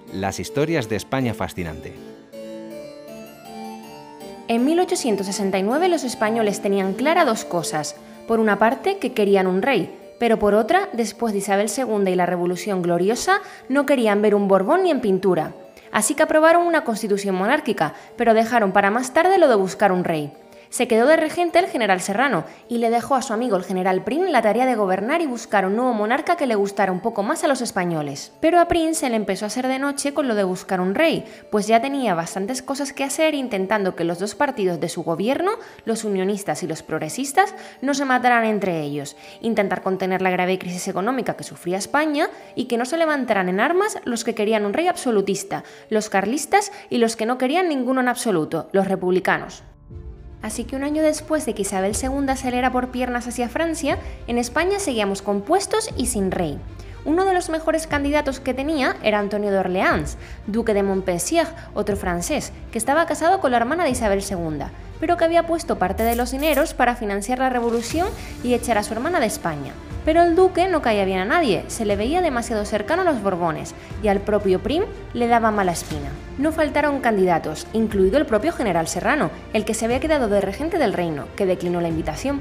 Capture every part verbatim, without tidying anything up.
Las historias de España fascinante. En mil ochocientos sesenta y nueve los españoles tenían clara dos cosas. Por una parte, que querían un rey, pero por otra, después de Isabel segunda y la Revolución Gloriosa, no querían ver un Borbón ni en pintura. Así que aprobaron una constitución monárquica, pero dejaron para más tarde lo de buscar un rey. Se quedó de regente el general Serrano y le dejó a su amigo el general Prim la tarea de gobernar y buscar un nuevo monarca que le gustara un poco más a los españoles. Pero a Prim se le empezó a hacer de noche con lo de buscar un rey, pues ya tenía bastantes cosas que hacer intentando que los dos partidos de su gobierno, los unionistas y los progresistas, no se mataran entre ellos, intentar contener la grave crisis económica que sufría España y que no se levantaran en armas los que querían un rey absolutista, los carlistas y los que no querían ninguno en absoluto, los republicanos. Así que un año después de que Isabel segunda saliera por piernas hacia Francia, en España seguíamos compuestos y sin rey. Uno de los mejores candidatos que tenía era Antonio de Orleans, duque de Montpensier, otro francés, que estaba casado con la hermana de Isabel segunda, pero que había puesto parte de los dineros para financiar la revolución y echar a su hermana de España. Pero el duque no caía bien a nadie, se le veía demasiado cercano a los Borbones y al propio Prim le daba mala espina. No faltaron candidatos, incluido el propio general Serrano, el que se había quedado de regente del reino, que declinó la invitación.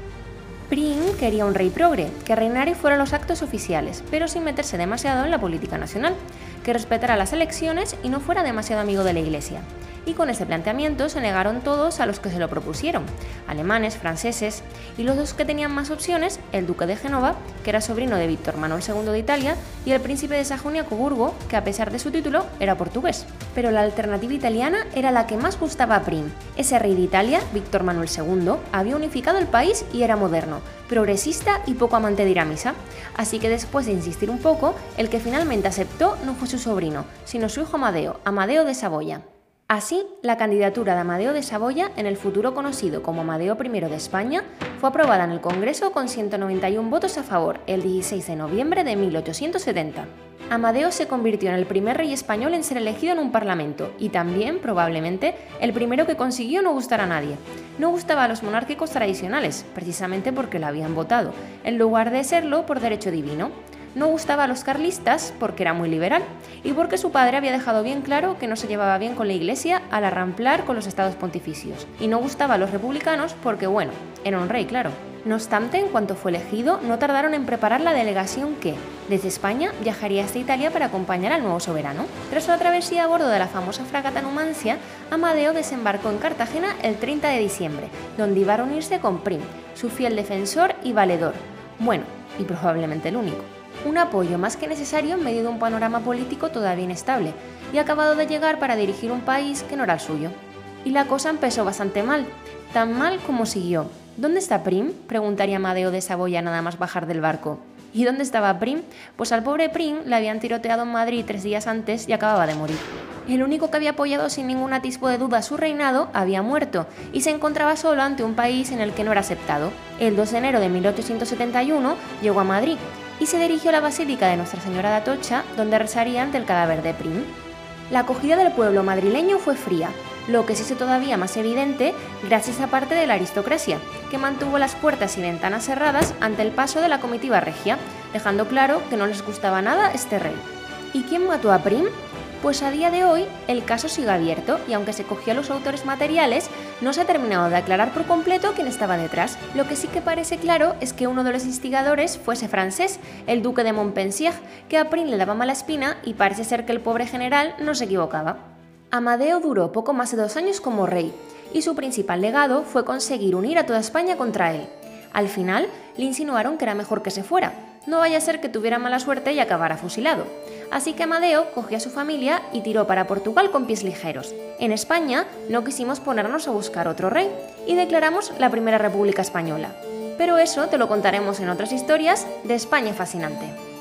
Prim quería un rey progre, que reinara y fuera a los actos oficiales, pero sin meterse demasiado en la política nacional, que respetara las elecciones y no fuera demasiado amigo de la Iglesia. Y con ese planteamiento se negaron todos a los que se lo propusieron, alemanes, franceses, y los dos que tenían más opciones, el duque de Génova, que era sobrino de Víctor Manuel segundo de Italia, y el príncipe de Sajonia-Coburgo, que a pesar de su título era portugués. Pero la alternativa italiana era la que más gustaba a Prim. Ese rey de Italia, Víctor Manuel segundo, había unificado el país y era moderno, progresista y poco amante de ir a misa. Así que después de insistir un poco, el que finalmente aceptó no fue su sobrino, sino su hijo Amadeo, Amadeo de Saboya. Así, la candidatura de Amadeo de Saboya, en el futuro conocido como Amadeo primero de España, fue aprobada en el Congreso con ciento noventa y uno votos a favor el dieciséis de noviembre de mil ochocientos setenta. Amadeo se convirtió en el primer rey español en ser elegido en un parlamento y también, probablemente, el primero que consiguió no gustar a nadie. No gustaba a los monárquicos tradicionales, precisamente porque lo habían votado, en lugar de serlo por derecho divino. No gustaba a los carlistas porque era muy liberal y porque su padre había dejado bien claro que no se llevaba bien con la Iglesia al arramplar con los estados pontificios. Y no gustaba a los republicanos porque, bueno, era un rey, claro. No obstante, en cuanto fue elegido, no tardaron en preparar la delegación que, desde España, viajaría hasta Italia para acompañar al nuevo soberano. Tras una travesía a bordo de la famosa fragata Numancia, Amadeo desembarcó en Cartagena el treinta de diciembre, donde iba a reunirse con Prim, su fiel defensor y valedor. Bueno, y probablemente el único. Un apoyo más que necesario en medio de un panorama político todavía inestable y acabado de llegar para dirigir un país que no era el suyo. Y la cosa empezó bastante mal, tan mal como siguió. ¿Dónde está Prim?, preguntaría Amadeo de Saboya nada más bajar del barco. ¿Y dónde estaba Prim? Pues al pobre Prim le habían tiroteado en Madrid tres días antes y acababa de morir. El único que había apoyado sin ningún atisbo de duda su reinado había muerto y se encontraba solo ante un país en el que no era aceptado. El dos de enero de mil ochocientos setenta y uno llegó a Madrid y se dirigió a la Basílica de Nuestra Señora de Atocha, donde rezaría ante el cadáver de Prim. La acogida del pueblo madrileño fue fría, lo que se hizo todavía más evidente gracias a parte de la aristocracia, que mantuvo las puertas y ventanas cerradas ante el paso de la comitiva regia, dejando claro que no les gustaba nada este rey. ¿Y quién mató a Prim? Pues a día de hoy el caso sigue abierto y aunque se cogió a los autores materiales, no se ha terminado de aclarar por completo quién estaba detrás. Lo que sí que parece claro es que uno de los instigadores fue ese francés, el duque de Montpensier, que a Prim le daba mala espina y parece ser que el pobre general no se equivocaba. Amadeo duró poco más de dos años como rey y su principal legado fue conseguir unir a toda España contra él. Al final le insinuaron que era mejor que se fuera, no vaya a ser que tuviera mala suerte y acabara fusilado. Así que Amadeo cogió a su familia y tiró para Portugal con pies ligeros. En España no quisimos ponernos a buscar otro rey y declaramos la Primera República Española. Pero eso te lo contaremos en otras historias de España fascinante.